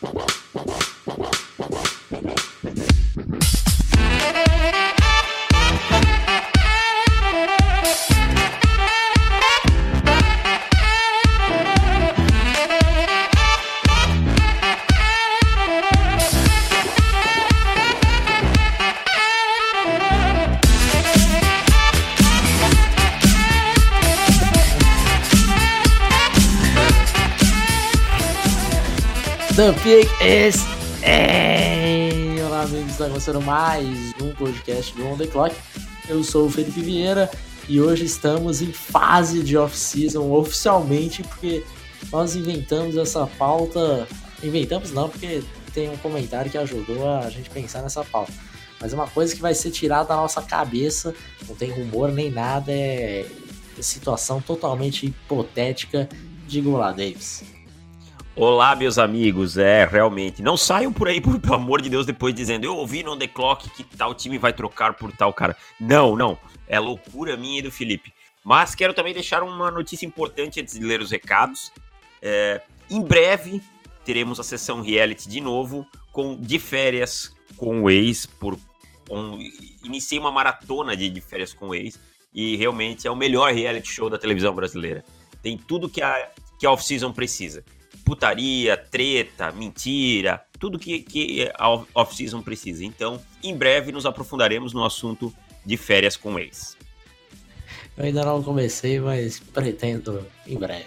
The Pick is in! Olá, amigos, está começando mais um podcast do On The Clock. Eu sou o Felipe Vieira e hoje estamos em fase de off-season oficialmente, porque nós inventamos essa pauta. Inventamos não, porque tem um comentário que ajudou a gente pensar nessa pauta. Mas é uma coisa que vai ser tirada da nossa cabeça, não tem rumor nem nada, é situação totalmente hipotética. Diga lá, Davis. Olá, meus amigos, realmente, não saiam por aí, pelo amor de Deus, depois dizendo, eu ouvi no On The Clock que tal time vai trocar por tal cara. Não, é loucura minha e do Felipe. Mas quero também deixar uma notícia importante antes de ler os recados. Em breve, teremos a sessão reality de novo, de férias com o ex, iniciei uma maratona de férias com o ex, e realmente é o melhor reality show da televisão brasileira. Tem tudo que a off-season precisa. Putaria, treta, mentira, tudo que a off-season precisa. Então, em breve nos aprofundaremos no assunto de férias com ex. Eu ainda não comecei, mas pretendo em breve.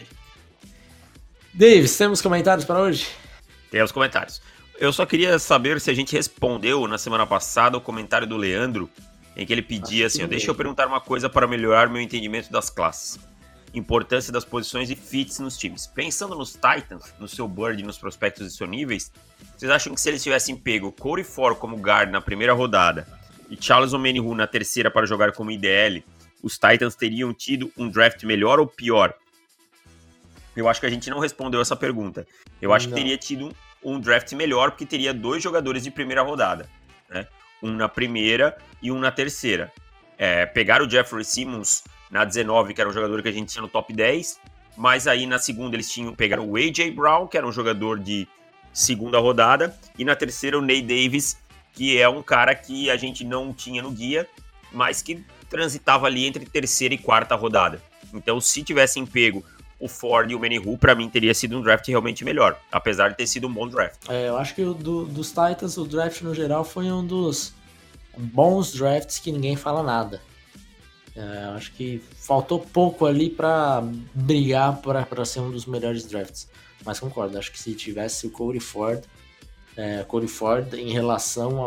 Davis, temos comentários para hoje? Temos comentários. Eu só queria saber se a gente respondeu na semana passada o comentário do Leandro, em que ele pedia assim, deixa eu perguntar uma coisa para melhorar meu entendimento das classes. Importância das posições e fits nos times. Pensando nos Titans, no seu board e nos prospectos disponíveis, vocês acham que se eles tivessem pego Cody Ford como guard na primeira rodada e Charles Omenihu na terceira para jogar como IDL, os Titans teriam tido um draft melhor ou pior? Eu acho que a gente não respondeu essa pergunta. Eu acho que teria tido um draft melhor, porque teria 2 jogadores de primeira rodada, né? Um na primeira e um na terceira. Pegaram o Jeffrey Simmons na 19, que era um jogador que a gente tinha no top 10, mas aí na segunda eles pegaram o A.J. Brown, que era um jogador de segunda rodada, e na terceira o Nate Davis, que é um cara que a gente não tinha no guia, mas que transitava ali entre terceira e quarta rodada. Então, se tivessem pego o Ford e o Omenihu, pra mim teria sido um draft realmente melhor, apesar de ter sido um bom draft. Eu acho que dos Titans, o draft no geral foi um dos bons drafts que ninguém fala nada. Acho que faltou pouco ali pra brigar pra ser um dos melhores drafts. Mas concordo, acho que se tivesse o Cody Ford em relação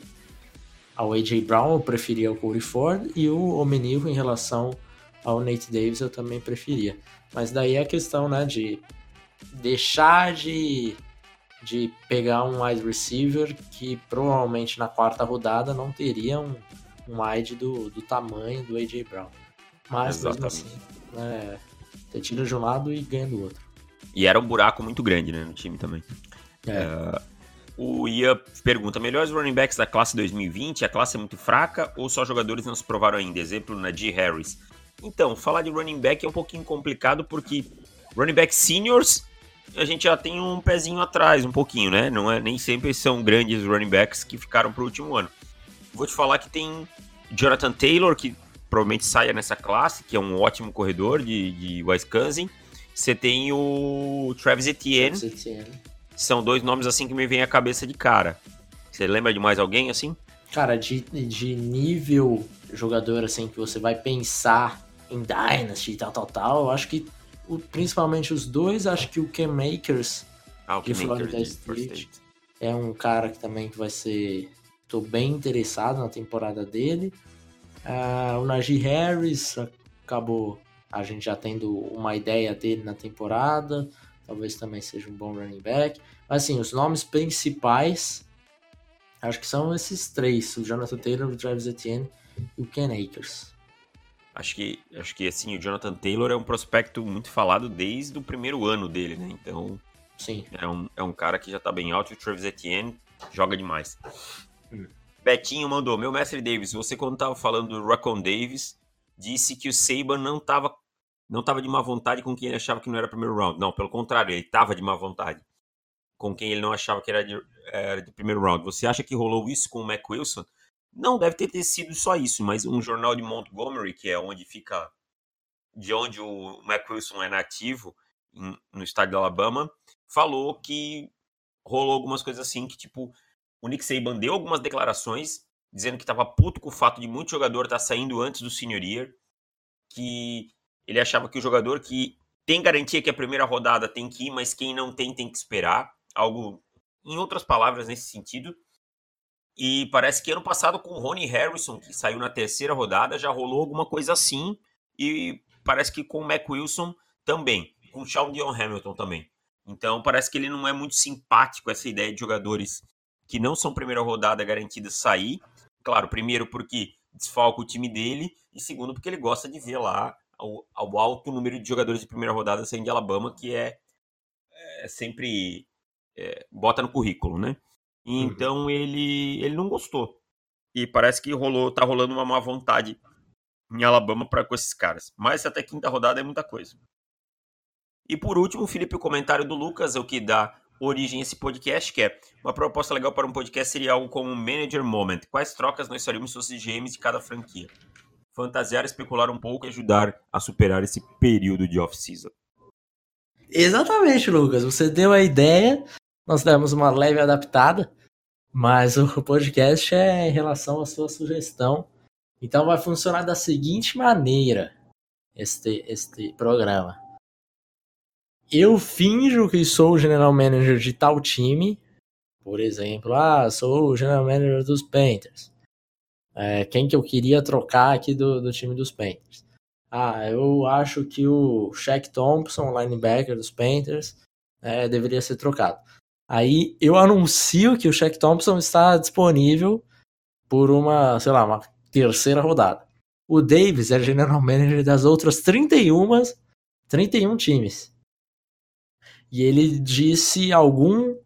ao A.J. Brown, eu preferia o Cody Ford, e o Omenihu em relação ao Nate Davis eu também preferia. Mas daí é a questão, né, de deixar de pegar um wide receiver que provavelmente na quarta rodada não teria um wide do tamanho do A.J. Brown. Mas mesmo assim, você tira de um lado e ganha do outro. E era um buraco muito grande, né, no time também. O Ia pergunta, melhores running backs da classe 2020, a classe é muito fraca ou só jogadores não se provaram ainda? Exemplo, Najee Harris. Então, falar de running back é um pouquinho complicado porque running back seniors a gente já tem um pezinho atrás, um pouquinho, né? Nem sempre são grandes running backs que ficaram pro último ano. Vou te falar que tem Jonathan Taylor, que provavelmente saia nessa classe, que é um ótimo corredor de Wisconsin. Você tem o Travis Etienne. São 2 nomes assim que me vem à cabeça de cara. Você lembra de mais alguém assim? Cara, de nível jogador assim que você vai pensar em Dynasty e tal, eu acho que principalmente os 2, acho que o Cam Akers de Florida State é um cara que também que vai ser... Tô bem interessado na temporada dele. O Najee Harris acabou a gente já tendo uma ideia dele na temporada. Talvez também seja um bom running back. Mas assim, os nomes principais acho que são esses 3. O Jonathan Taylor, o Travis Etienne e o Cam Akers. Acho que assim, o Jonathan Taylor é um prospecto muito falado desde o primeiro ano dele, né? Então, sim, é um cara que já tá bem alto. E o Travis Etienne joga demais. Betinho mandou, meu mestre Davis, você quando tava falando do Raccoon Davis, disse que o Saban não tava de má vontade com quem ele achava que não era primeiro round. Não, pelo contrário, ele tava de má vontade. com quem ele não achava que era de primeiro round. Você acha que rolou isso com o Mack Wilson? Não deve ter sido só isso, mas um jornal de Montgomery, que é de onde o Mack Wilson é nativo, no estado de Alabama, falou que rolou algumas coisas assim, que tipo, o Nick Saban deu algumas declarações dizendo que estava puto com o fato de muito jogador estar saindo antes do senior year, que ele achava que o jogador que tem garantia que a primeira rodada tem que ir, mas quem não tem que esperar, algo, em outras palavras, nesse sentido. E parece que ano passado com o Ronnie Harrison, que saiu na terceira rodada, já rolou alguma coisa assim, e parece que com o Mack Wilson também, com o Shaun Dion Hamilton também. Então parece que ele não é muito simpático essa ideia de jogadores que não são primeira rodada garantida sair. Claro, primeiro porque desfalca o time dele, e segundo porque ele gosta de ver lá ao alto número de jogadores de primeira rodada saindo de Alabama, que é sempre bota no currículo, né? Então ele não gostou. E parece que tá rolando uma má vontade em Alabama com esses caras. Mas até quinta rodada é muita coisa. E por último, Felipe, o comentário do Lucas é o que dá origem a esse podcast, que é: uma proposta legal para um podcast seria algo como um Manager Moment. Quais trocas nós faríamos se fosse GMs de cada franquia? Fantasiar, especular um pouco e ajudar a superar esse período de off-season. Exatamente, Lucas. Você deu a ideia, nós demos uma leve adaptada, mas o podcast é em relação à sua sugestão. Então vai funcionar da seguinte maneira este programa. Eu finjo que sou o general manager de tal time. Por exemplo, sou o general manager dos Panthers. Quem que eu queria trocar aqui do time dos Panthers? Eu acho que o Shaq Thompson, linebacker dos Panthers, deveria ser trocado. Aí eu anuncio que o Shaq Thompson está disponível por uma terceira rodada. O Davis é general manager das outras 31 times. E ele disse algum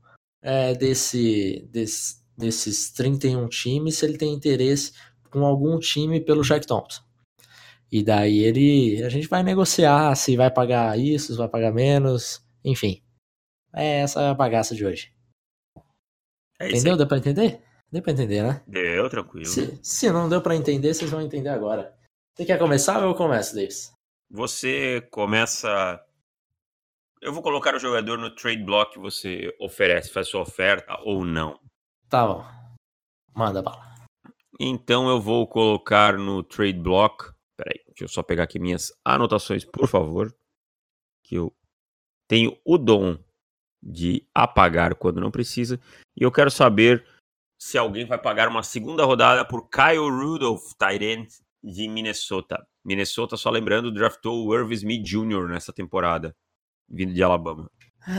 desses 31 times se ele tem interesse com algum time pelo Shaq Thompson. E daí a gente vai negociar se vai pagar isso, se vai pagar menos, enfim. É essa a bagaça de hoje. Entendeu? Deu pra entender? Deu pra entender, né? Deu, tranquilo. Se não deu pra entender, vocês vão entender agora. Você quer começar ou eu começo, Davis? Você começa... Eu vou colocar o jogador no trade block que você oferece, faz sua oferta ou não. Tá bom. Manda bala. Então eu vou colocar no trade block... Peraí, deixa eu só pegar aqui minhas anotações, por favor. Que eu tenho o dom de apagar quando não precisa. E eu quero saber se alguém vai pagar uma segunda rodada por Kyle Rudolph, tight end de Minnesota. Minnesota, só lembrando, draftou o Irv Smith Jr. nessa temporada, vindo de Alabama.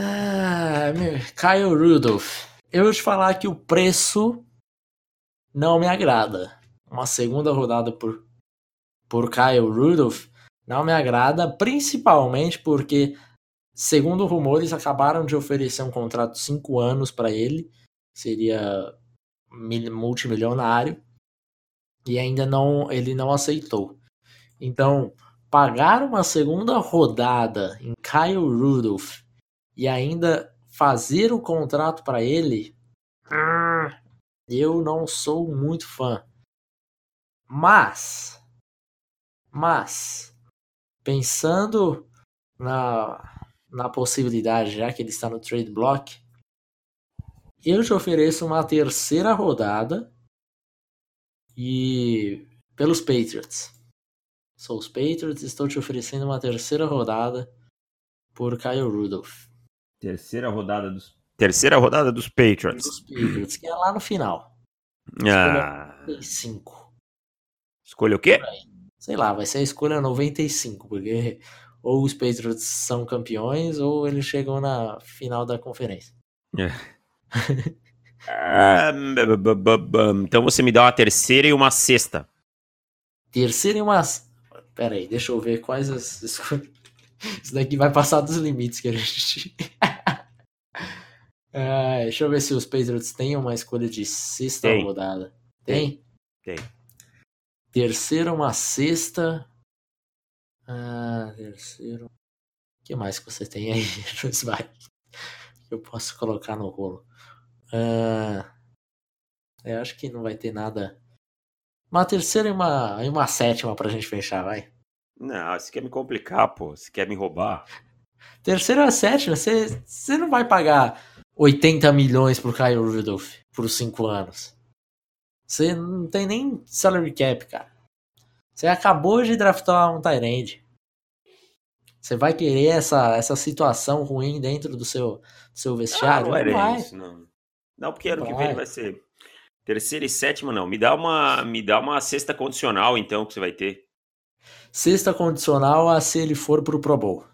Kyle Rudolph. Eu vou te falar que o preço não me agrada. Uma segunda rodada por Kyle Rudolph não me agrada, principalmente porque, segundo rumores, acabaram de oferecer um contrato de 5 anos para ele, seria multimilionário, e ainda ele não aceitou. Então, pagar uma segunda rodada em Kyle Rudolph e ainda fazer o contrato para ele, eu não sou muito fã. Mas pensando na possibilidade, já que ele está no trade block, eu te ofereço uma terceira rodada e pelos Patriots. Sou os Patriots, estou te oferecendo uma terceira rodada por Kyle Rudolph. Terceira rodada dos Patriots. Dos Patriots, que é lá no final. Escolha 95. Escolha o quê? Sei lá, vai ser a escolha 95, porque ou os Patriots são campeões ou eles chegam na final da conferência. Então você me dá uma terceira e uma sexta. Terceira e uma... Pera aí, deixa eu ver quais as escolhas... Isso daqui vai passar dos limites que a gente... deixa eu ver se os Patriots têm uma escolha de sexta rodada. Tem? Tem. Terceira, uma sexta... terceiro... O que mais que você tem aí? eu posso colocar no rolo? Eu acho que não vai ter nada. Uma terceira e uma sétima pra gente fechar, vai. Não, você quer me complicar, pô. Você quer me roubar? Terceira e a sétima, você não vai pagar 80 milhões pro Kyle Rudolph por 5 anos. Você não tem nem salary cap, cara. Você acabou de draftar um tight end. Você vai querer essa situação ruim dentro do seu vestiário? Não era vai. isso, não. Não, porque Não ano que vem ele vai. vai ser terceira e sétima, não. Me dá uma sexta condicional, então, que você vai ter. Sexta condicional a se ele for pro Pro Bowl.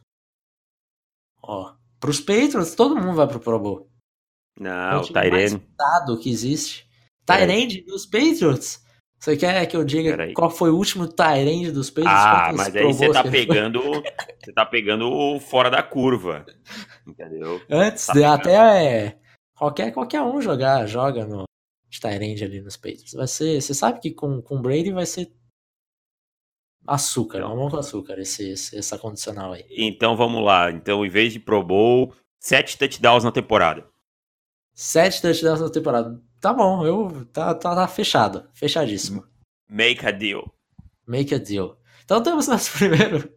Ó, pros Patriots, todo mundo vai pro Pro Bowl. É Não, o o time mais Tyrene. cotado que existe. Peraí, Tyrande dos Patriots? Você quer que eu diga peraí. qual foi o último Tyrande dos Patriots? Ah, Quantos mas aí Pro você Bowls tá que ele foi? pegando. Você tá pegando o fora da curva. Entendeu? Antes Tá de pegando. até qualquer um joga no de Tyrande ali nos Patriots. Vai ser, você sabe que com Brady vai ser açúcar, Então, mamão com açúcar essa condicional aí. então vamos lá. Então, em vez de Pro Bowl, 7 touchdowns na temporada. 7 touchdowns na temporada. Tá bom, tá fechado, fechadíssimo. Make a deal. Make a deal. Então temos nosso primeiro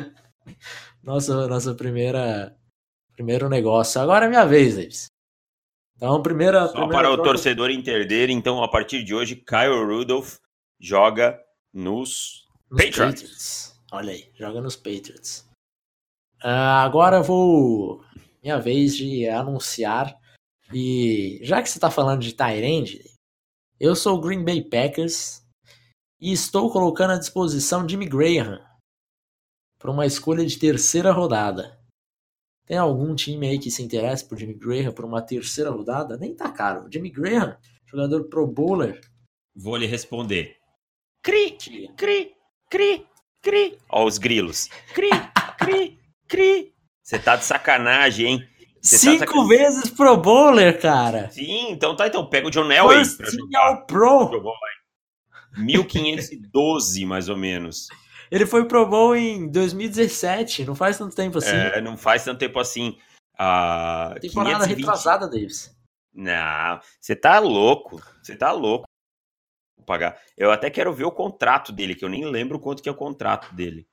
nosso primeiro negócio. Agora é minha vez, Davis. Então, primeira Só para o troca. torcedor entender, então, a partir de hoje, Kyle Rudolph joga nos Patriots. Olha aí, joga nos Patriots. Agora minha vez de anunciar. E já que você tá falando de tight end, eu sou o Green Bay Packers e estou colocando à disposição Jimmy Graham para uma escolha de terceira rodada. Tem algum time aí que se interessa por Jimmy Graham por uma terceira rodada? Nem tá caro. Jimmy Graham, jogador pro bowler. Vou lhe responder. Cri, cri, cri, cri. Ó os grilos. Cri, cri, cri. Você tá de sacanagem, hein? Você 5 vezes pro bowler, cara. Sim, então tá. Então pega o John Elway pra jogar. All Pro. Jogou lá em 1512, mais ou menos. Ele foi Pro Bowl em 2017, não faz tanto tempo assim. Não faz tanto tempo assim. Temporada 520. retrasada, Davis. Não, você tá louco. Você tá louco. Vou pagar. Eu até quero ver o contrato dele, que eu nem lembro quanto que é o contrato dele.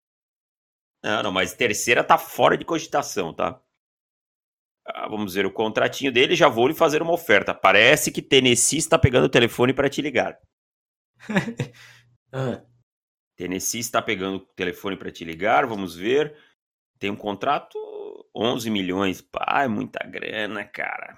Não, mas terceira tá fora de cogitação, tá? Vamos ver o contratinho dele, já vou lhe fazer uma oferta. Parece que Tennessee está pegando o telefone para te ligar. Tennessee está pegando o telefone para te ligar, vamos ver. Tem um contrato, 11 milhões. Pá, é muita grana, cara.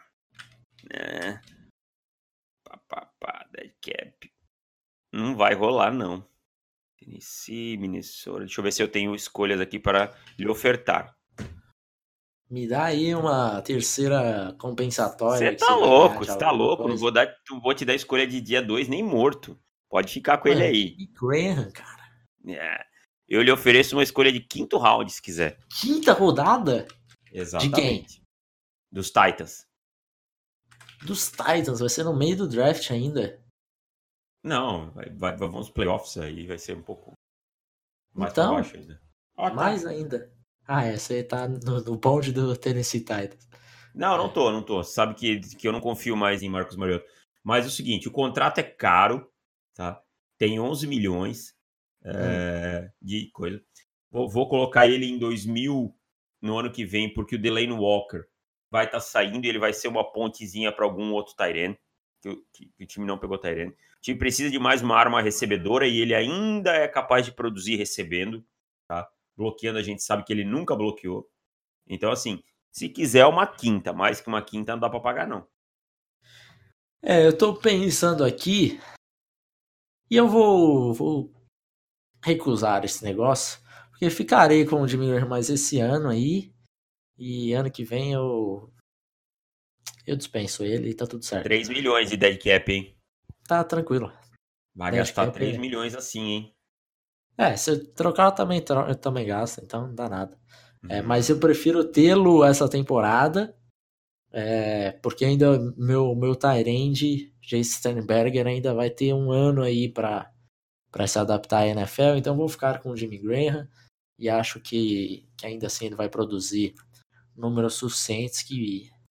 Dead cap. Não vai rolar, não. Tennessee, Minnesota. Deixa eu ver se eu tenho escolhas aqui para lhe ofertar. Me dá aí uma terceira compensatória. Você tá louco. Não vou te dar escolha de dia 2 nem morto. Pode ficar com ele aí. Graham, cara. Eu lhe ofereço uma escolha de 5º round, se quiser. 5ª rodada? Exatamente. De quem? Dos Titans. Dos Titans, vai ser no meio do draft ainda. Não, vamos playoffs aí, vai ser um pouco mais então, pra baixo ainda. Mais ainda. Você tá no bonde do Tennessee Titans. Não tô. Sabe que eu não confio mais em Marcus Mariota. Mas é o seguinte, o contrato é caro, tá? Tem 11 milhões de coisa. Vou colocar ele em 2000 no ano que vem, porque o Delane Walker vai estar saindo e ele vai ser uma pontezinha para algum outro tight end, que o time não pegou tight end. O time precisa de mais uma arma recebedora e ele ainda é capaz de produzir recebendo, tá? Bloqueando, a gente sabe que ele nunca bloqueou. Então, assim, se quiser uma quinta, mais que uma quinta não dá pra pagar, não. Eu tô pensando aqui e eu vou recusar esse negócio, porque ficarei com o Jimmy Graham mais esse ano aí e ano que vem eu dispenso ele e tá tudo certo. 3 milhões de dead cap, hein? Tá tranquilo. Vai gastar 3 milhões assim, hein? Se eu trocar eu também gasto, então não dá nada. Mas eu prefiro tê-lo essa temporada, porque ainda meu tight end, Jace Sternberger, ainda vai ter um ano aí para se adaptar à NFL, então vou ficar com o Jimmy Graham e acho que ainda assim ele vai produzir números suficientes que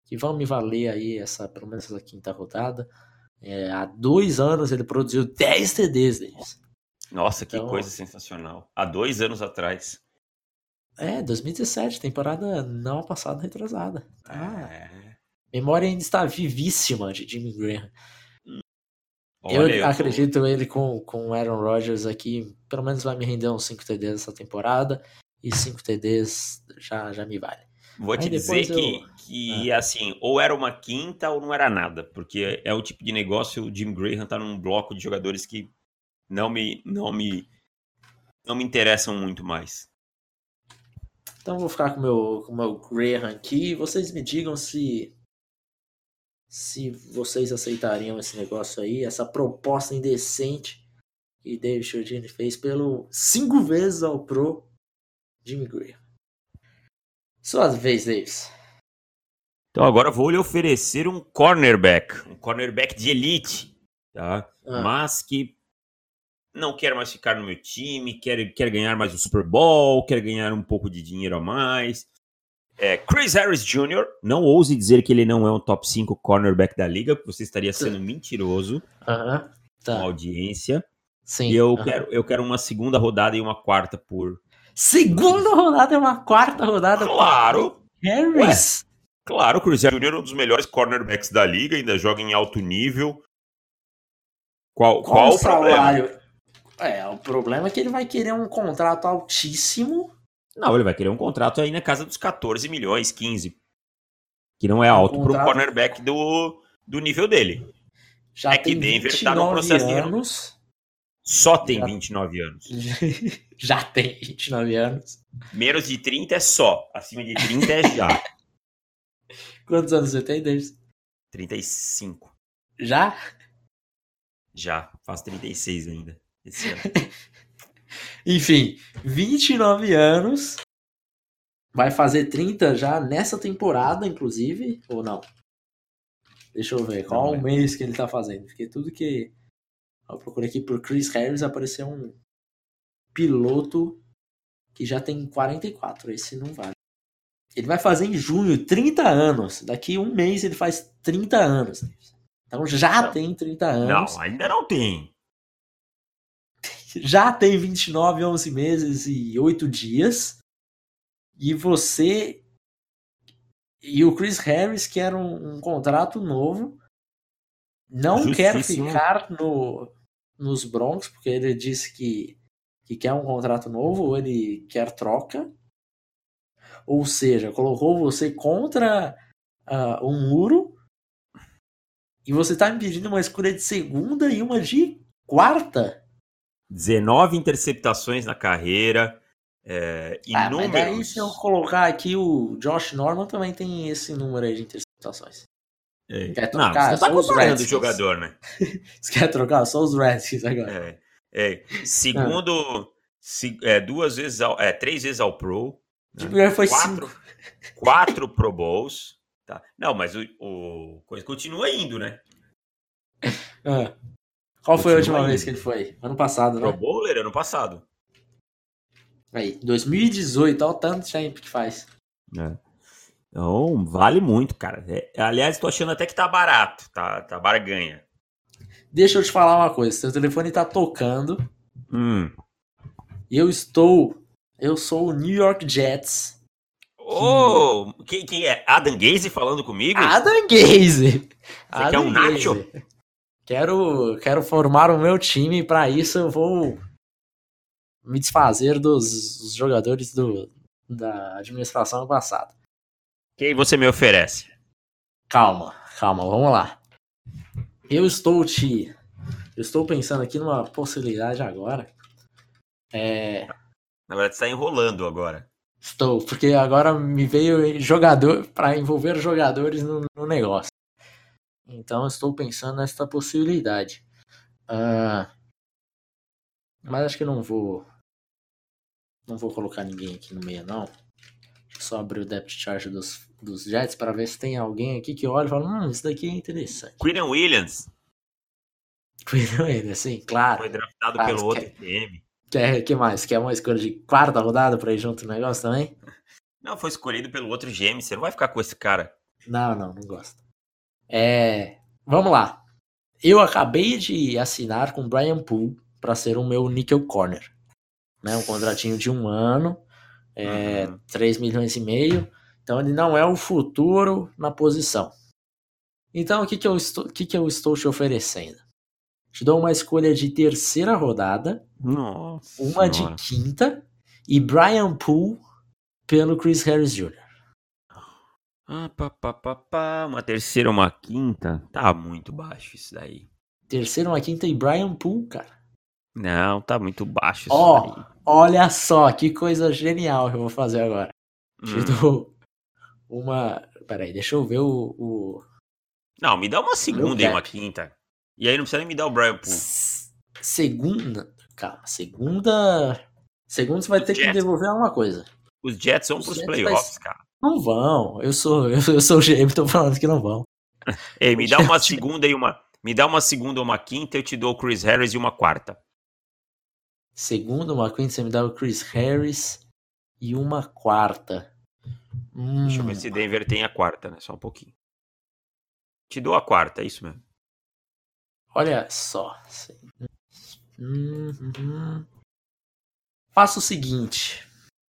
que vão me valer aí pelo menos essa quinta rodada. Há 2 anos ele produziu 10 TDs, Davis. Nossa, que coisa sensacional. Há 2 anos atrás. 2017, temporada não passada, retrasada. Memória ainda está vivíssima de Jimmy Graham. Eu acredito ele com o Aaron Rodgers aqui, pelo menos vai me render uns 5 TDs essa temporada, e 5 TDs já me vale. Vou te dizer que assim, ou era uma quinta ou não era nada, porque é o tipo de negócio, o Jim Graham tá num bloco de jogadores que não me interessam muito mais. Então vou ficar com o meu Graham aqui, vocês me digam se vocês aceitariam esse negócio aí, essa proposta indecente que David Chiodini fez pelo 5 vezes ao Pro Jimmy Graham. Sua vez, Davis. Então agora vou lhe oferecer um cornerback de elite, tá? Mas que não quer mais ficar no meu time, quer ganhar mais um Super Bowl, quer ganhar um pouco de dinheiro a mais. Chris Harris Jr., não ouse dizer que ele não é um top 5 cornerback da liga, porque você estaria sendo mentiroso com a audiência. Sim. E eu quero uma segunda rodada e uma quarta por... Segunda rodada e uma quarta rodada? Claro! Harris! Claro, o Chris Harris Jr. é um dos melhores cornerbacks da liga, ainda joga em alto nível. Qual o salário? O problema é que ele vai querer um contrato altíssimo. Não, ele vai querer um contrato aí na casa dos 14 milhões, 15. Que não é alto para um cornerback do nível dele. Já tem que Denver tá no processo anos. Só tem 29 anos. Já tem 29 anos. Menos de 30 é só. Acima de 30 é já. Quantos anos você tem, Davis? 35. Já? Já. Faço 36 ainda. Esse ano. Enfim, 29 anos. Vai fazer 30 já nessa temporada, inclusive, ou não? Deixa eu ver. Qual o mês que ele tá fazendo? Porque tudo que... Eu procurei aqui por Chris Harris, apareceu um piloto que já tem 44. Esse não vale. Ele vai fazer em junho 30 anos. Daqui um mês ele faz 30 anos. Então já tem 30 anos. Não, ainda não tem. Já tem 29, 11 meses e 8 dias. E você... E o Chris Harris quer um contrato novo. Não quer ficar nos Broncos, porque ele disse que quer um contrato novo, ou ele quer troca. Ou seja, colocou você contra um muro e você tá me pedindo uma escolha de segunda e uma de quarta. 19 interceptações na carreira. Mas daí se eu colocar aqui o Josh Norman também tem esse número aí de interceptações. Quer trocar? Não, você tá comparando o jogador, né? Você quer trocar só os Redskins agora? Segundo, 3 vezes ao Pro. Né? Foi 5. 4 Pro Bowls. Tá. Não, mas o coisa continua indo, né? Qual foi a última vez que ele foi? Ano passado, né? Pro Bowler, ano passado. Aí, 2018, olha o tanto de tempo que faz. Então, vale muito, cara. Aliás, tô achando até que tá barato, tá barganha. Deixa eu te falar uma coisa, seu telefone tá tocando. E eu sou o New York Jets. Quem é? Adam Gaze falando comigo? Adam Gaze! Você quer um Nacho? Quero formar o meu time, pra isso eu vou me desfazer dos jogadores da administração passada. Quem você me oferece? Calma, vamos lá. Eu estou pensando aqui numa possibilidade agora. Na verdade, você tá enrolando agora. Estou, porque agora me veio jogador para envolver jogadores no negócio. Então estou pensando nessa possibilidade. Mas acho que não vou colocar ninguém aqui no meio, não. Deixa eu só abrir o depth chart dos Jets para ver se tem alguém aqui que olha e fala, isso daqui é interessante. Quinnen Williams. Sim, claro. Foi draftado pelo outro time. Que mais? Quer uma escolha de quarta rodada pra ir junto no negócio também? Não, foi escolhido pelo outro GM. Você não vai ficar com esse cara. Não gosto. Vamos lá. Eu acabei de assinar com o Brian Poole para ser o meu nickel corner. Né? Um contratinho de 1 ano, 3 milhões e meio. Então ele não é o futuro na posição. Então o que eu estou te oferecendo? Te dou uma escolha de terceira rodada, Nossa uma senhora. de quinta e Brian Poole pelo Chris Harris Jr. Uma terceira, uma quinta. Tá muito baixo isso daí. Terceira, uma quinta e Brian Poole, cara. Não, tá muito baixo isso daí. Olha só, que coisa genial que eu vou fazer agora. Te dou uma... Peraí, deixa eu ver o... Não, me dá uma segunda e uma quinta. E aí não precisa nem me dar o Brian Poole. Segunda? Calma, segunda você vai ter que devolver alguma coisa. Os Jets vão pros playoffs, cara. Não vão. Eu sou o GM, tô falando que não vão. Ei, me dá uma segunda e uma... Me dá uma segunda ou uma quinta, eu te dou o Chris Harris e uma quarta. Segunda, uma quinta, você me dá o Chris Harris e uma quarta. Deixa eu ver se Denver tem a quarta, né? Só um pouquinho. Te dou a quarta, é isso mesmo. Olha só. Faça o seguinte.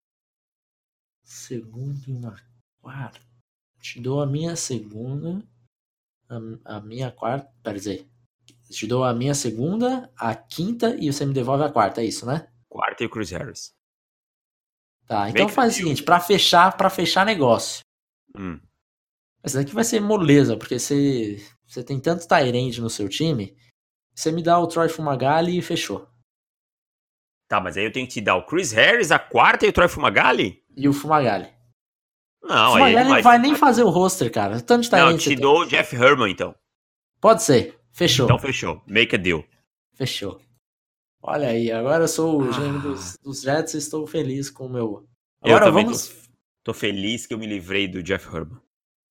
Segunda e uma quarta. Te dou a minha segunda. A minha quarta. Pera dizer. Te dou a minha segunda, a quinta e você me devolve a quarta, é isso, né? Quarta e o Chris Harris. Tá, então faz o seguinte, pra fechar negócio. Essa daqui vai ser moleza, porque você tem tanto Tyrande no seu time, você me dá o Troy Fumagalli e fechou. Tá, mas aí eu tenho que te dar o Chris Harris, a quarta e o Troy Fumagalli? E o Fumagalli. Não, o Fumagalli não vai nem fazer o roster, cara. Tanto de Tyrande. Não, te dou o Jeff Herman, então. Pode ser. Fechou. Então fechou. Make a deal. Fechou. Olha aí, agora eu sou o GM dos Jets e estou feliz com o meu... Agora eu também tô feliz que eu me livrei do Jeff Herman.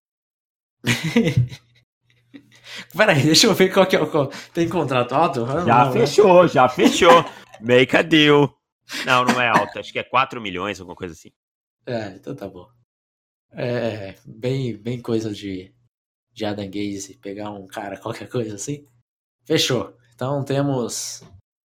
Peraí, deixa eu ver qual que é o... Tem contrato alto? Já fechou. Make a deal. Não é alto. Acho que é 4 milhões, alguma coisa assim. Então tá bom. Bem coisa de Adam Gaze, pegar um cara, qualquer coisa assim. Fechou. Então temos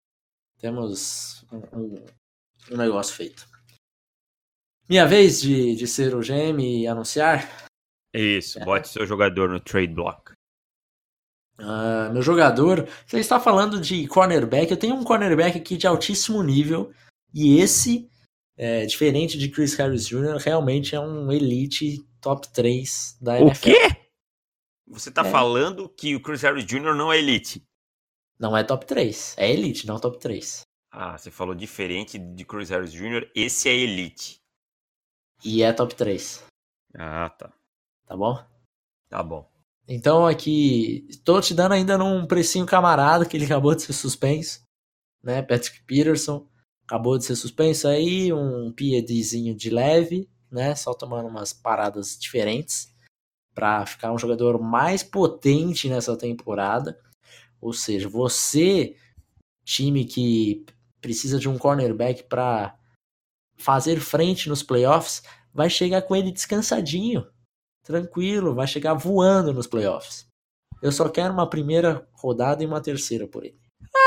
um negócio feito. Minha vez de ser o GM e anunciar? Isso, bote seu jogador no trade block. Meu jogador, você está falando de cornerback, eu tenho um cornerback aqui de altíssimo nível, e esse, diferente de Chris Harris Jr., realmente é um elite top 3 da NFL. O quê? Você tá falando que o Chris Harris Jr. não é elite? Não é top 3, é elite, não top 3. Ah, você falou diferente de Chris Harris Jr., esse é elite. E é top 3. Ah, tá. Tá bom? Tá bom. Então aqui, tô te dando ainda num precinho camarada, que ele acabou de ser suspenso, né? Patrick Peterson acabou de ser suspenso aí, um PEDzinho de leve, né? Só tomando umas paradas diferentes para ficar um jogador mais potente nessa temporada. Ou seja, você, time que precisa de um cornerback para fazer frente nos playoffs, vai chegar com ele descansadinho. Tranquilo, vai chegar voando nos playoffs. Eu só quero uma primeira rodada e uma terceira por ele.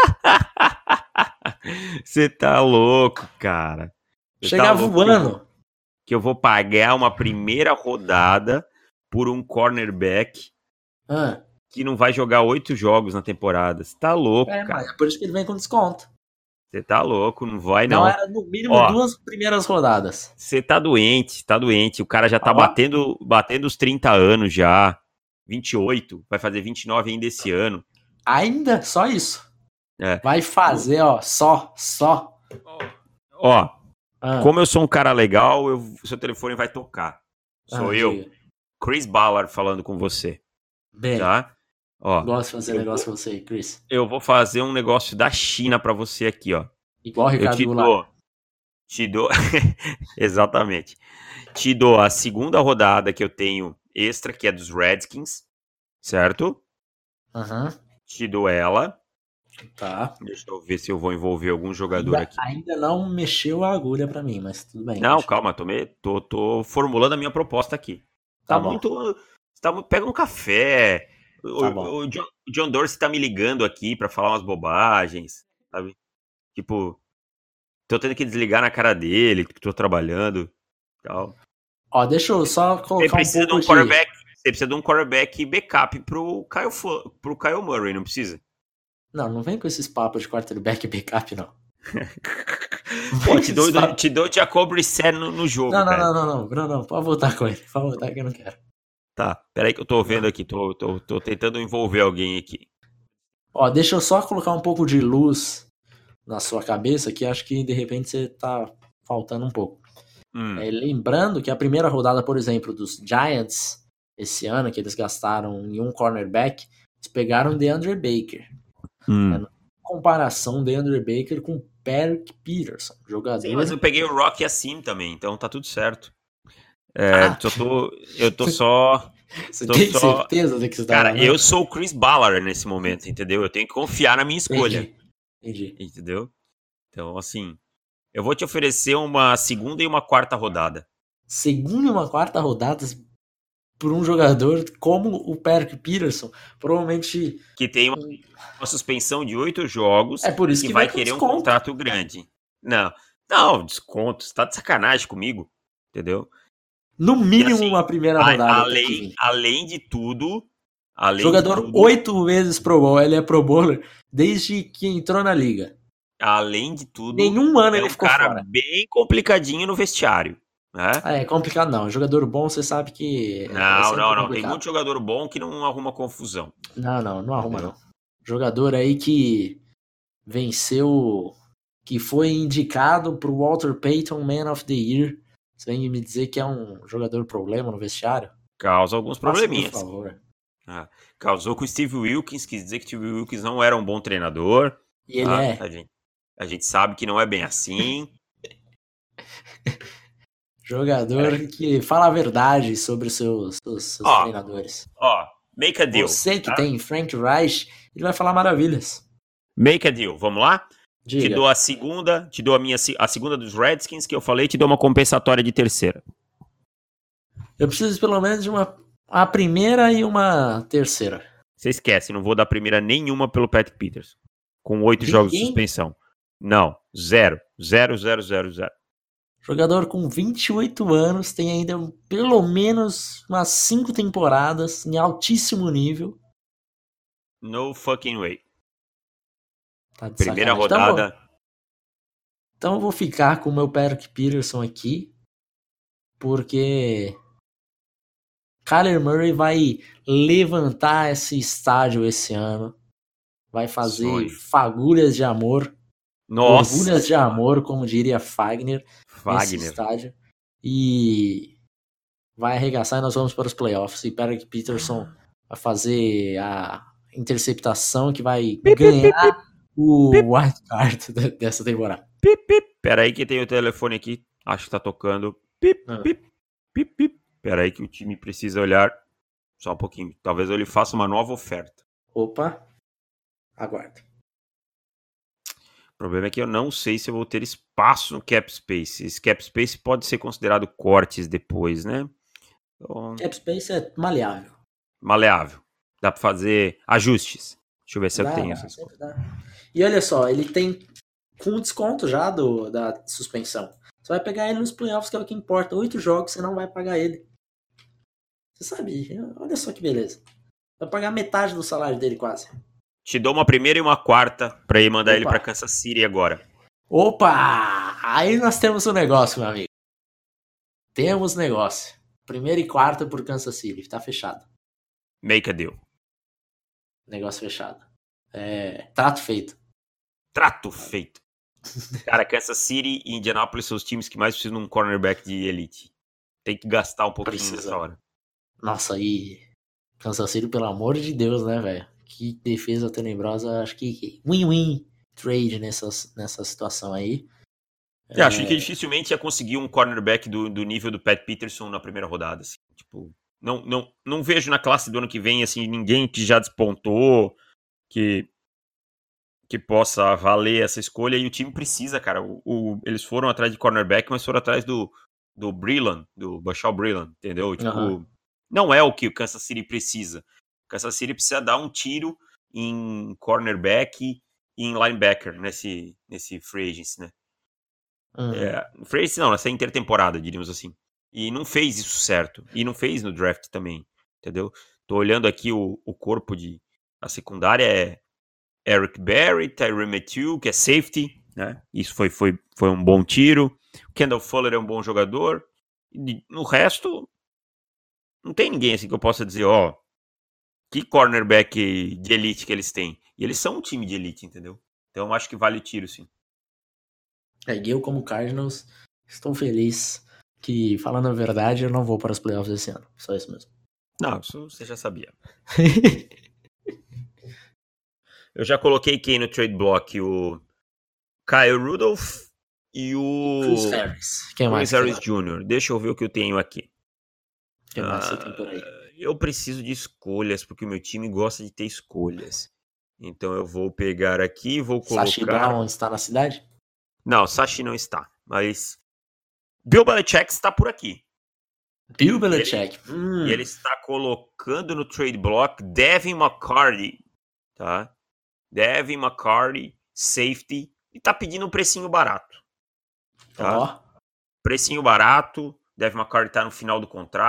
Você tá louco, cara. Chegar voando. Que eu vou pagar uma primeira rodada por um cornerback que não vai jogar 8 jogos na temporada. Você tá louco, cara. Mas é por isso que ele vem com desconto. Você tá louco, não vai não. Não, era no mínimo 2 primeiras rodadas. Você tá doente. O cara já tá batendo os 30 anos já. 28, vai fazer 29 ainda esse ano. Ainda? Só isso? Vai fazer, só. Como eu sou um cara legal, seu telefone vai tocar. Sou eu, diga. Chris Ballard, falando com você. Bem, tá? Gosto de fazer negócio com você, Chris. Eu vou fazer um negócio da China pra você aqui, ó. Igual o Ricardo Goulart. Te dou. Exatamente. Te dou a segunda rodada que eu tenho extra, que é dos Redskins, certo? Te dou ela. Tá. Deixa eu ver se eu vou envolver algum jogador aqui. Ainda não mexeu a agulha pra mim, mas tudo bem. Não, calma, tô formulando a minha proposta aqui. Tá bom. Pega um café. Tá bom. O John Dorsey tá me ligando aqui pra falar umas bobagens, sabe? Tipo, tô tendo que desligar na cara dele, que tô trabalhando e tal. Ó, deixa eu só Você colocar um precisa de pouco um de... quarterback. Você precisa de um quarterback backup pro Kyle Murray, não precisa? Não, não vem com esses papos de quarterback backup, não. Pô, te dou o Jacob Brissett no jogo, cara. Não, pode voltar com ele. Pode voltar que eu não quero. Tá, peraí que eu tô vendo aqui, tô tentando envolver alguém aqui. Ó, deixa eu só colocar um pouco de luz na sua cabeça, que acho que de repente você tá faltando um pouco. Lembrando que a primeira rodada, por exemplo, dos Giants, esse ano, que eles gastaram em um cornerback, eles pegaram DeAndre Baker. Em comparação, DeAndre Baker com Patrick Peterson, jogador... Sim, mas eu peguei o Rock assim também, então tá tudo certo. Eu tô só... Você tem certeza de que você tá Cara, falando? eu sou o Chris Ballard nesse momento, entendeu? Eu tenho que confiar na minha escolha. Entendi. Entendeu? Então, assim, eu vou te oferecer uma segunda e uma quarta rodada. Segunda e uma quarta rodada por um jogador como o Patrick Peterson, provavelmente... Que tem uma suspensão de 8 jogos É por isso e que vai vai com querer um desconto. contrato grande. Não, desconto. Você tá de sacanagem comigo, entendeu? No mínimo assim, uma primeira rodada tem que vir. Além de tudo... Jogador 8 vezes Pro Bowl, ele é Pro Bowler desde que entrou na liga. Além de tudo, Nenhum ano é ele um ficou cara fora. bem complicadinho no vestiário, né? É complicado não, jogador bom você sabe que Não, tem muito jogador bom que não arruma confusão. Não arruma não. Jogador aí que venceu, que foi indicado pro Walter Payton Man of the Year. Você vem me dizer que é um jogador problema no vestiário? Causa alguns probleminhas. Por favor. Causou com o Steve Wilkins, quis dizer que o Steve Wilkins não era um bom treinador. E ele é. A gente sabe que não é bem assim. Jogador que fala a verdade sobre os seus treinadores. Make a deal. Você que tem Frank Reich, ele vai falar maravilhas. Make a deal, vamos lá? Diga. Te dou a segunda, a segunda dos Redskins que eu falei, te dou uma compensatória de terceira. Eu preciso pelo menos de a primeira e uma terceira. Você esquece, não vou dar primeira nenhuma pelo Pat Peters. Com 8 jogos de suspensão. Não, 0. Jogador com 28 anos, tem ainda pelo menos umas 5 temporadas em altíssimo nível. No fucking way. Tá de primeira sacanagem. rodada. Então eu vou ficar com o meu Patrick Peterson aqui, porque Kyler Murray vai levantar esse estádio esse ano. Vai fazer fagulhas de amor. Nossa. Orgulhas de amor, como diria Fagner. Nesse estádio. E vai arregaçar e nós vamos para os playoffs. E Patrick Peterson vai fazer a interceptação que vai ganhar o wild card dessa temporada. Pera aí que tem o telefone aqui. Acho que tá tocando. Pera aí que o time precisa olhar só um pouquinho. Talvez eu lhe faça uma nova oferta. Opa. Aguardo. O problema é que eu não sei se eu vou ter espaço no cap space. Esse cap space pode ser considerado cortes depois, né? Então... Cap space é maleável. Maleável. Dá pra fazer ajustes. Deixa eu ver se eu tenho essas coisas. E olha só, ele tem com desconto já da suspensão. Você vai pegar ele nos playoffs, que é o que importa. 8 jogos, você não vai pagar ele. Você sabe, olha só que beleza. Vai pagar metade do salário dele quase. Te dou uma primeira e uma quarta pra ir mandar ele pra Kansas City agora. Opa! Aí nós temos um negócio, meu amigo. Temos negócio. Primeira e quarta por Kansas City. Tá fechado. Make a deal. Negócio fechado. Trato feito. Trato feito. Cara, Kansas City e Indianapolis são os times que mais precisam de um cornerback de elite. Tem que gastar um pouquinho nessa hora. Nossa, e Kansas City, pelo amor de Deus, né, velho? Que defesa tenebrosa. Acho que win-win trade nessa situação aí. Acho que dificilmente ia conseguir um cornerback do nível do Pat Peterson na primeira rodada. Assim. Tipo, não vejo na classe do ano que vem assim, ninguém que já despontou, que possa valer essa escolha. E o time precisa, cara. Eles foram atrás de cornerback, mas foram atrás do Breeland, do Bashal Breeland, entendeu? Tipo, Não é o que o Kansas City precisa. O Kansas City precisa dar um tiro em cornerback e em linebacker nesse free agency, né? Free agency não, nessa intertemporada, diríamos assim. E não fez isso certo. E não fez no draft também, entendeu? Tô olhando aqui o corpo a secundária é Eric Berry, Tyrann Mathieu, que é safety, né? Isso foi um bom tiro. O Kendall Fuller é um bom jogador. E no resto, não tem ninguém assim que eu possa dizer, que cornerback de elite que eles têm. E eles são um time de elite, entendeu? Então eu acho que vale o tiro, sim. E eu, como Cardinals, estou feliz que, falando a verdade, eu não vou para os playoffs esse ano. Só isso mesmo. Não, isso você já sabia. Eu já coloquei quem no trade block? O Kyle Rudolph e o Chris Harris. Quem mais? Chris Harris Jr. Deixa eu ver o que eu tenho aqui. Quem mais você tem por aí? Eu preciso de escolhas, porque o meu time gosta de ter escolhas. Então eu vou pegar aqui e vou colocar... Sashi Brown está na cidade? Não, Sashi não está. Mas Bill Belichick está por aqui. Bill Belichick. E ele está colocando no trade block Devin McCarty, tá? Devin McCarty, safety, e tá pedindo um precinho barato. Tá? Precinho barato, Devin McCarty tá no final do contrato.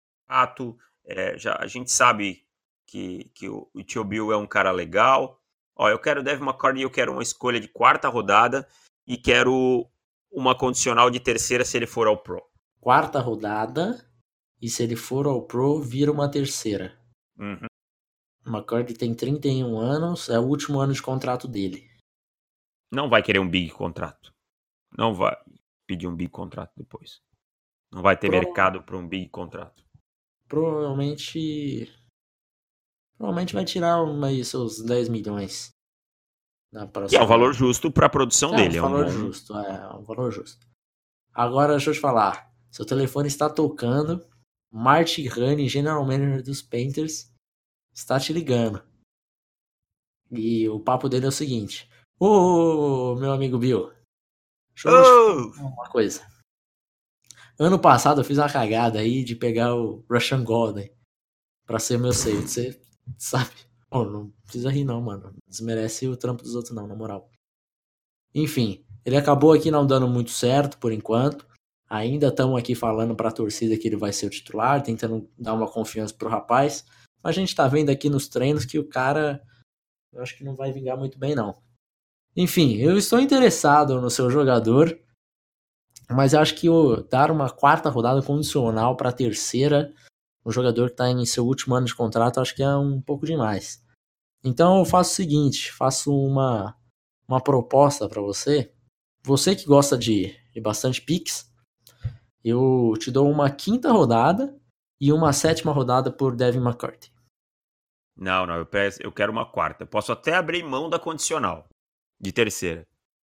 A gente sabe que o tio Bill é um cara legal. Eu quero Devin McCarty, eu quero uma escolha de 4ª rodada e quero uma condicional de 3ª se ele for ao Pro. 4ª rodada, e se ele for ao Pro, vira uma 3ª. Uhum. McCarthy tem 31 anos, é o último ano de contrato dele. Não vai querer um big contrato. Não vai pedir um big contrato depois. Não vai ter mercado para um big contrato. Provavelmente vai tirar aí seus 10 milhões. Que é um valor justo para a produção dele. É um valor justo. Agora, deixa eu te falar. Seu telefone está tocando. Marty Honey, general manager dos Panthers, está te ligando. E o papo dele é o seguinte. Meu amigo Bill. Deixa eu te falar uma coisa. Ano passado eu fiz uma cagada aí de pegar o Rashan Golden pra ser meu safety. Você sabe? Não precisa rir não, mano. Desmerece o trampo dos outros não, na moral. Enfim, ele acabou aqui não dando muito certo por enquanto. Ainda estamos aqui falando pra torcida que ele vai ser o titular, tentando dar uma confiança pro rapaz. Mas a gente tá vendo aqui nos treinos que o cara, eu acho que não vai vingar muito bem não. Enfim, eu estou interessado no seu jogador, mas eu acho que dar uma 4ª rodada condicional pra 3ª, um jogador que está em seu último ano de contrato, acho que é um pouco demais. Então eu faço o seguinte, faço uma proposta para você. Você que gosta de bastante picks, eu te dou uma 5ª rodada e uma 7ª rodada por Devin McCarthy. Não, eu quero uma 4ª. Posso até abrir mão da condicional de 3ª.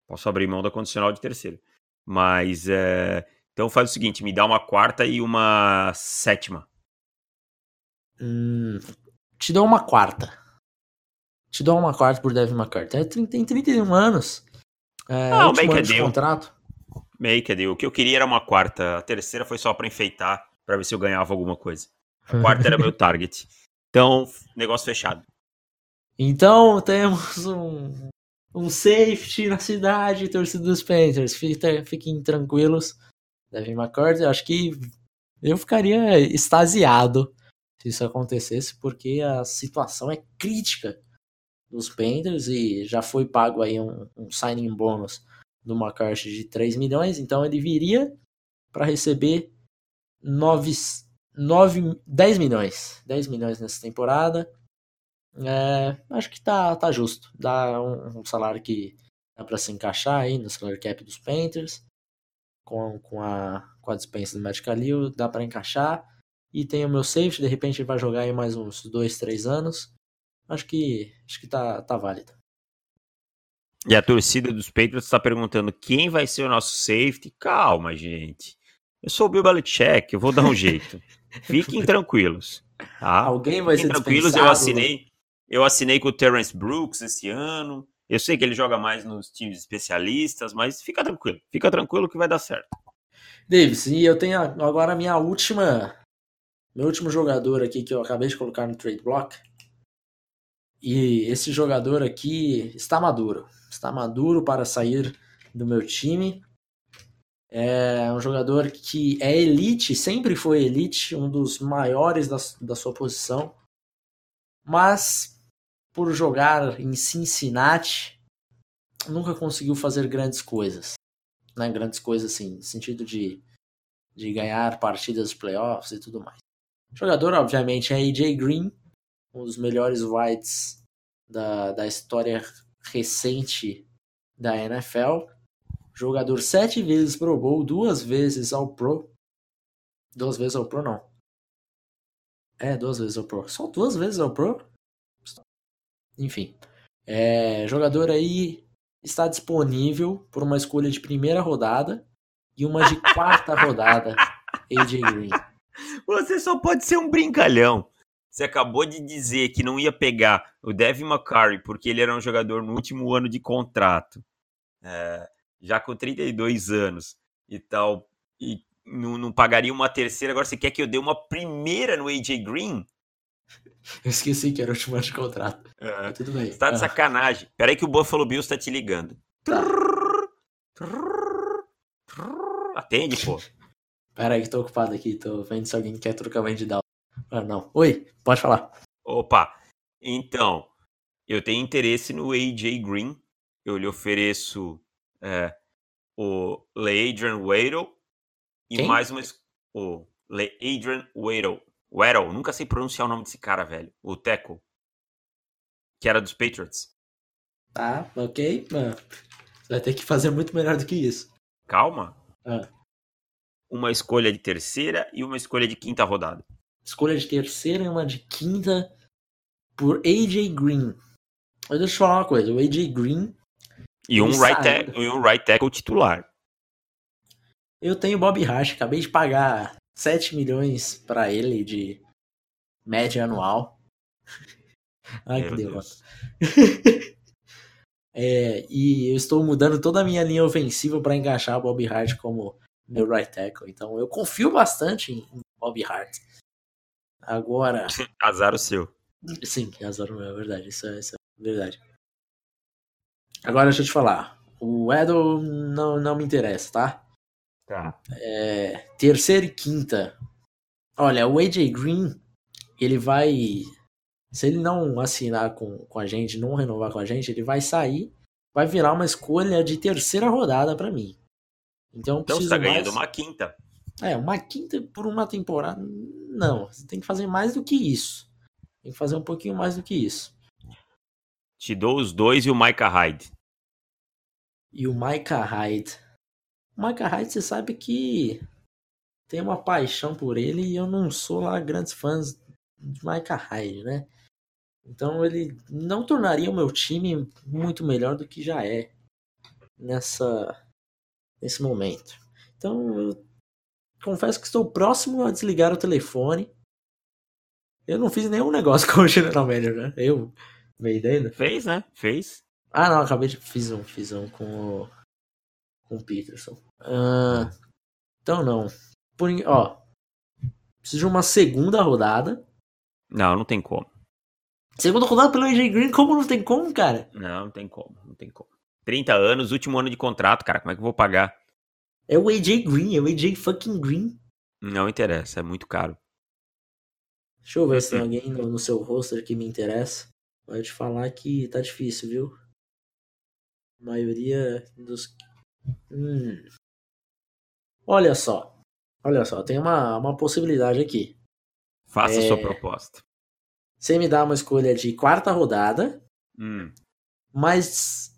Mas, então faz o seguinte, me dá uma 4ª e uma 7ª. Te dou uma 4ª. Te dou uma 4ª por Devin McCarthy. Tem 31 anos. Último ano de contrato. Make a deal. O que eu queria era uma 4ª. A 3ª foi só pra enfeitar, pra ver se eu ganhava alguma coisa. A 4ª era meu target. Então, negócio fechado. Então, temos um safety na cidade, torcida dos Panthers. Fiquem tranquilos. Devin McCarthy, acho que eu ficaria extasiado se isso acontecesse, porque a situação é crítica dos Panthers e já foi pago aí um signing bônus do McCarthy de 3 milhões, então ele viria para receber 10 milhões nessa temporada. Acho que tá justo, dá um salário que dá para se encaixar aí no salary cap dos Panthers, com a dispensa do Matt Kalil, dá para encaixar. E tem o meu safety, de repente ele vai jogar aí mais uns 2-3 anos. Acho que tá válido. E a torcida dos Patriots está perguntando quem vai ser o nosso safety. Calma, gente. Eu sou o Bill Belichick, eu vou dar um jeito. Fiquem tranquilos. Tá? Alguém vai ser tranquilos. Eu assinei com o Terrence Brooks esse ano. Eu sei que ele joga mais nos times especialistas, mas fica tranquilo que vai dar certo. Davis, e eu tenho agora a minha última Meu último jogador aqui que eu acabei de colocar no trade block. E esse jogador aqui está maduro. Está maduro para sair do meu time. É um jogador que é elite, sempre foi elite, um dos maiores da sua posição. Mas, por jogar em Cincinnati, nunca conseguiu fazer grandes coisas. Né? Grandes coisas, assim, no sentido de ganhar partidas de playoffs e tudo mais. O jogador, obviamente, é AJ Green, um dos melhores wides da história recente da NFL. Jogador 7 vezes Pro Bowl, 2 vezes ao Pro. 2 vezes ao Pro, não. 2 vezes ao Pro. Só 2 vezes ao Pro? Enfim. Jogador aí está disponível por uma escolha de primeira rodada e uma de quarta rodada, AJ Green. Você só pode ser um brincalhão. Você acabou de dizer que não ia pegar o Devin McCurry porque ele era um jogador no último ano de contrato, já com 32 anos e tal, e não pagaria uma terceira. Agora você quer que eu dê uma primeira no AJ Green? Eu esqueci que era o último ano de contrato. Tudo bem. Você tá de sacanagem. Peraí que o Buffalo Bills tá te ligando. Tá. Atende, pô. Peraí que tô ocupado aqui. Tô vendo se alguém quer trocar o Andy Dalton. Não. Oi, pode falar. Opa. Então, eu tenho interesse no AJ Green. Eu lhe ofereço o LeAdrian Waddle e Quem? mais uma... O LeAdrian Waddle. Nunca sei pronunciar o nome desse cara, velho. O tackle. Que era dos Patriots. Tá, ok. Você vai ter que fazer muito melhor do que isso. Calma. Uma escolha de terceira e uma escolha de quinta rodada. Escolha de terceira e uma de quinta por AJ Green. Mas deixa eu falar uma coisa. O AJ Green... E um right tackle titular. Eu tenho Bob Hart. Acabei de pagar 7 milhões pra ele de média anual. Ai, que derrota. E eu estou mudando toda a minha linha ofensiva para encaixar o Bob Hart como meu right tackle. Então eu confio bastante em Bob Hart. Agora... Azar o seu. Sim, azar o meu, é verdade. Isso é verdade. Agora deixa eu te falar. O Edel não me interessa, tá? Tá. Terceira e quinta. Olha, o AJ Green, ele vai... Se ele não assinar com a gente, não renovar com a gente, ele vai sair, vai virar uma escolha de terceira rodada pra mim. Então você tá ganhando uma quinta. Uma quinta por uma temporada. Não, você tem que fazer mais do que isso. Tem que fazer um pouquinho mais do que isso. Te dou os dois e o Micah Hyde. E o Micah Hyde. O Micah Hyde, você sabe que tem uma paixão por ele e eu não sou lá grandes fãs de Micah Hyde, né? Então ele não tornaria o meu time muito melhor do que já é nesse momento. Então eu confesso que estou próximo a desligar o telefone. Eu não fiz nenhum negócio com o General Manager, né? Eu, meio ideia, né? Fez, né? Fez. Não, acabei de... Fiz um com o Peterson. Então não. Preciso de uma segunda rodada. Não tem como. Segunda rodada pelo AJ Green? Como não tem como, cara? Não tem como. 30 anos, último ano de contrato, cara. Como é que eu vou pagar? É o AJ Green, é o AJ fucking Green. Não interessa, é muito caro. Deixa eu ver se tem alguém no seu roster que me interessa. Pode falar que tá difícil, viu? A maioria dos... Olha só, tem uma possibilidade aqui. Faça sua proposta. Você me dá uma escolha de quarta rodada, mas...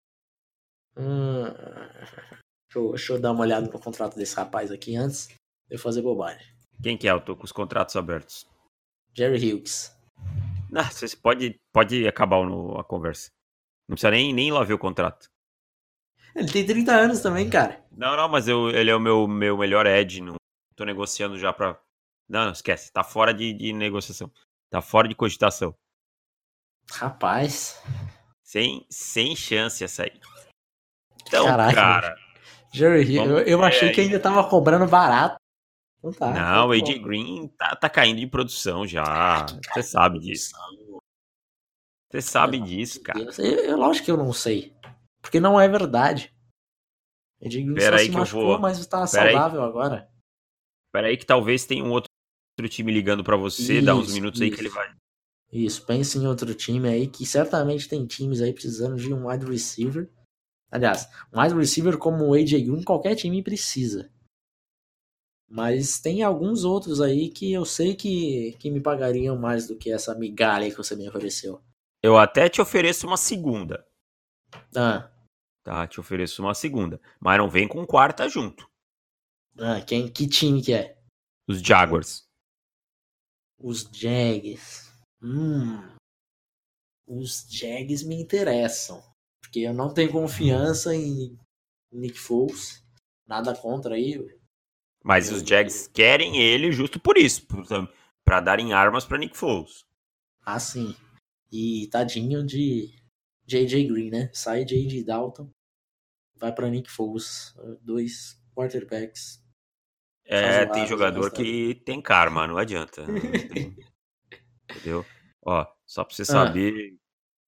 Deixa eu dar uma olhada no contrato desse rapaz aqui antes de eu fazer bobagem. Quem que é? Eu tô com os contratos abertos. Jerry Hughes. Você pode acabar a conversa. Não precisa nem ir lá ver o contrato. Ele tem 30 anos também, cara. Não, mas ele é o meu melhor edge. Não tô negociando já pra... Não, esquece. Tá fora de negociação. Tá fora de cogitação. Rapaz. Sem chance essa aí. Então, caraca, cara... Jerry Hughes, eu achei que ainda tava cobrando barato. Então tá, Não, o então AJ Green tá caindo de produção já. Você sabe disso. Você sabe Pelo amor disso, de cara. Deus. Lógico que eu não sei. Porque não é verdade. AJ Green Pera só aí se que eu machucou, vou. mas tá Pera aí, saudável agora. pera aí que talvez tenha um outro time ligando pra você. Dá uns Isso, minutos aí que ele isso. vai. Isso, pense em outro time aí, que certamente tem times aí precisando de um wide receiver. Aliás, um wide receiver como o AJ Green, qualquer time precisa. Mas tem alguns outros aí que eu sei que me pagariam mais do que essa migalha que você me ofereceu. Eu até te ofereço uma segunda. Ah, Tá, te ofereço uma segunda. Mas não vem com quarta junto. que time que é? Os Jaguars. Os Jags. Os Jags me interessam. Porque eu não tenho confiança em Nick Foles. Nada contra aí. Mas os Jags querem ele justo por isso. Pra darem armas pra Nick Foles. Ah, sim. E tadinho de J.J. Green, né? Sai J.J. Dalton. Vai pra Nick Foles. 2 quarterbacks Tem razoáveis o jogador resto da vida. que tem karma, não adianta. Não tem, entendeu? Ó, só pra você Ah, saber.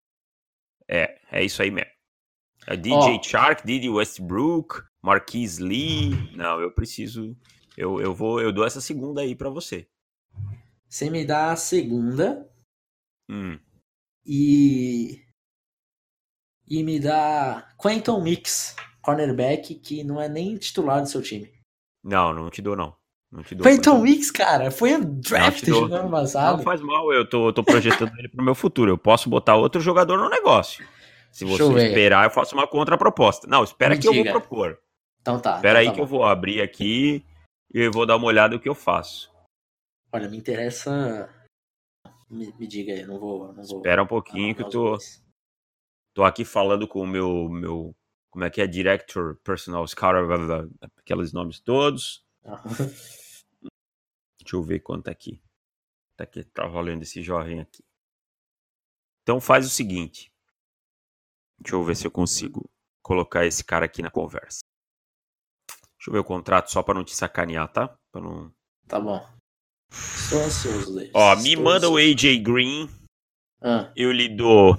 É isso aí mesmo. É DJ ó, Chark, Didi Westbrook, Marquise Lee. Não, eu preciso. Eu dou essa segunda aí pra você. você me dá a segunda Hum, e me dá Quentin Mix, cornerback, que não é nem titular do seu time. não te dou, não. Não te dou, Quentin Quentin. Mix, cara, foi um Não te draft dou. no ano Não passado. faz mal, eu tô projetando ele pro meu futuro. Eu posso botar outro jogador no negócio. Se Deixa eu você ver. esperar, eu faço uma contraproposta. Não, espera Me que eu vou diga. propor. Então Espera aí tá que eu bom. vou abrir aqui e eu vou dar uma olhada no que eu faço. Olha, me interessa. Me diga aí, não vou Espera um pouquinho que mamar eu os tô, bois. tô aqui falando com o meu, como é que é? Director, Personal Scout, blá, blá, blá, aqueles nomes todos. Aham. Deixa eu ver quanto tá aqui. Tá valendo esse jovem aqui. Então faz o seguinte. Deixa eu ver se eu consigo colocar esse cara aqui na conversa. Deixa eu ver o contrato só pra não te sacanear, tá? Pra não... Tá bom. Estou ansioso, Ó, Davis. me Estou manda o ansioso. AJ Green. Ah, Eu lhe dou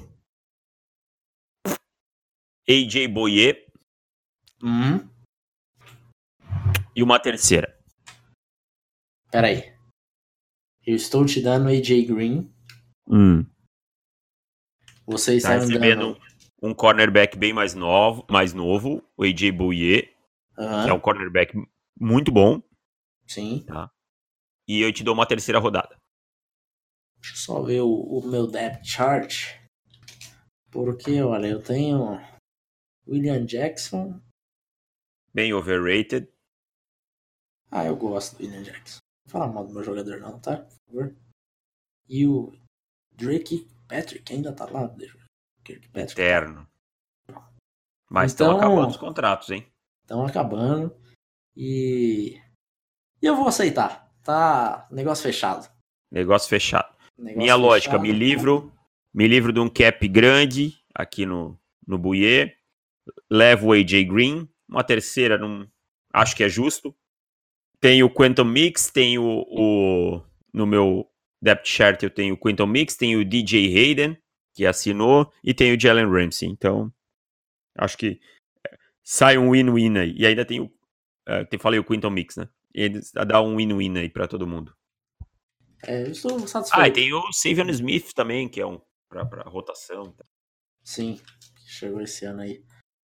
AJ Boye hum, e uma terceira. peraí. Eu estou te dando AJ Green. Você Tá está me recebendo dando. um cornerback bem mais novo, o AJ Bouye, que é um Aham, cornerback muito bom, sim. tá? E eu te dou uma terceira rodada. Deixa eu só ver o meu depth chart. Porque, olha, eu tenho William Jackson. Bem overrated. Ah, eu gosto do William Jackson. Não fala mal do meu jogador, não, tá? Por favor. E o Drake Patrick ainda tá lá? Patrick tá. Eterno. Mas estão acabando Então, os contratos, hein? estão acabando. E eu vou aceitar. Tá, negócio fechado. Negócio fechado. Minha Negócio lógica, fechado. me livro de um cap grande aqui no Bouye. Levo o AJ Green. Uma terceira, não, acho que é justo. Tem o Quentin Mix, tem no meu depth chart eu tenho o Quentin Mix, tem o DJ Hayden, que assinou, e tem o Jalen Ramsey. Então, acho que sai um win-win aí. E ainda tem falei o Quentin Mix, né? E dá um win-win aí pra todo mundo. Eu estou E satisfeito. tem o Savion Smith também, que é um pra rotação. Sim, chegou esse ano aí.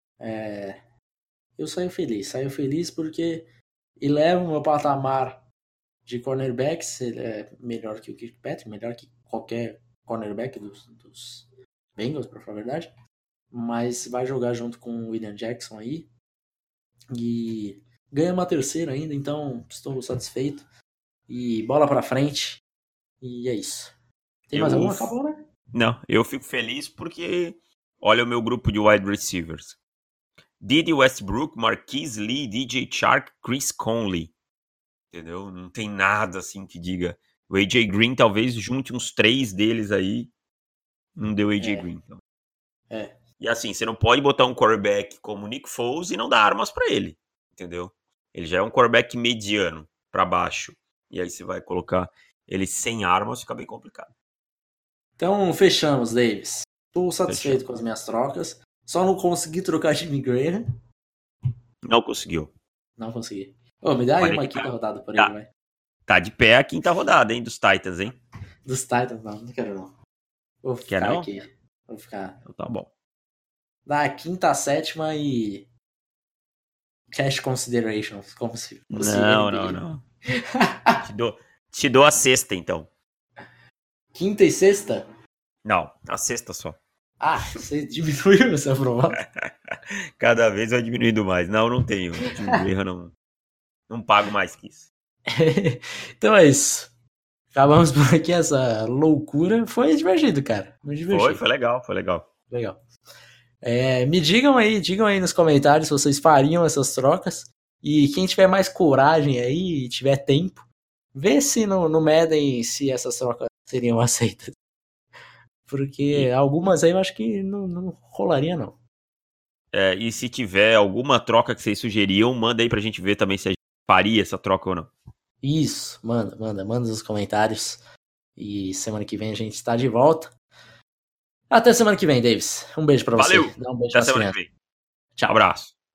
Eu saio feliz porque eleva o meu patamar de cornerbacks. Ele é melhor que o Kirkpatrick, melhor que qualquer cornerback dos Bengals, pra falar a verdade. Mas vai jogar junto com o William Jackson aí. E ganha uma terceira ainda, então estou satisfeito. E bola pra frente. E é isso. Tem mais Eu, alguma? Acabou, né? não, eu fico feliz porque olha o meu grupo de wide receivers. Didi Westbrook, Marquise Lee, DJ Chark, Chris Conley. Entendeu? Não tem nada assim que diga. O AJ Green talvez junte uns 3 deles aí. Não deu AJ É, Green. Então. é. E assim, você não pode botar um quarterback como o Nick Foles e não dar armas pra ele. Entendeu? Ele já é um quarterback mediano. pra baixo, e aí você vai colocar ele sem armas, fica bem complicado. Então, fechamos, Davis. Estou satisfeito Fechamos. com as minhas trocas. Só não consegui trocar Jimmy Graham. Não conseguiu. Não consegui. Ô, me dá aí Olha uma aí, quinta rodada por tá. ele, vai. Tá de pé a quinta rodada, hein, dos Titans, hein? Dos Titans, não quero não. Vou Quer ficar não? aqui. Vou ficar. Então tá bom. Da quinta a sétima e. Cash consideration. Como se fosse Não, NBA. não. Te dou a sexta, então. Quinta e sexta? Não, a sexta só. Ah, você diminuiu essa proposta. Cada vez vai diminuindo mais. Não tenho. Não pago mais que isso. Então é isso. Acabamos por aqui essa loucura. Foi divertido, cara. Muito divertido. Foi legal. Legal. Me digam aí nos comentários se vocês fariam essas trocas. E quem tiver mais coragem aí e tiver tempo, vê se no Madden se essas trocas seriam aceitas. Porque algumas aí eu acho que não rolaria, não. E se tiver alguma troca que vocês sugeriam, manda aí pra gente ver também se a gente faria essa troca ou não. Isso, manda nos comentários. E semana que vem a gente está de volta. Até semana que vem, Davis. Um beijo pra você. Valeu! Dá um beijo Até pra semana criança. que vem. Tchau. Abraço.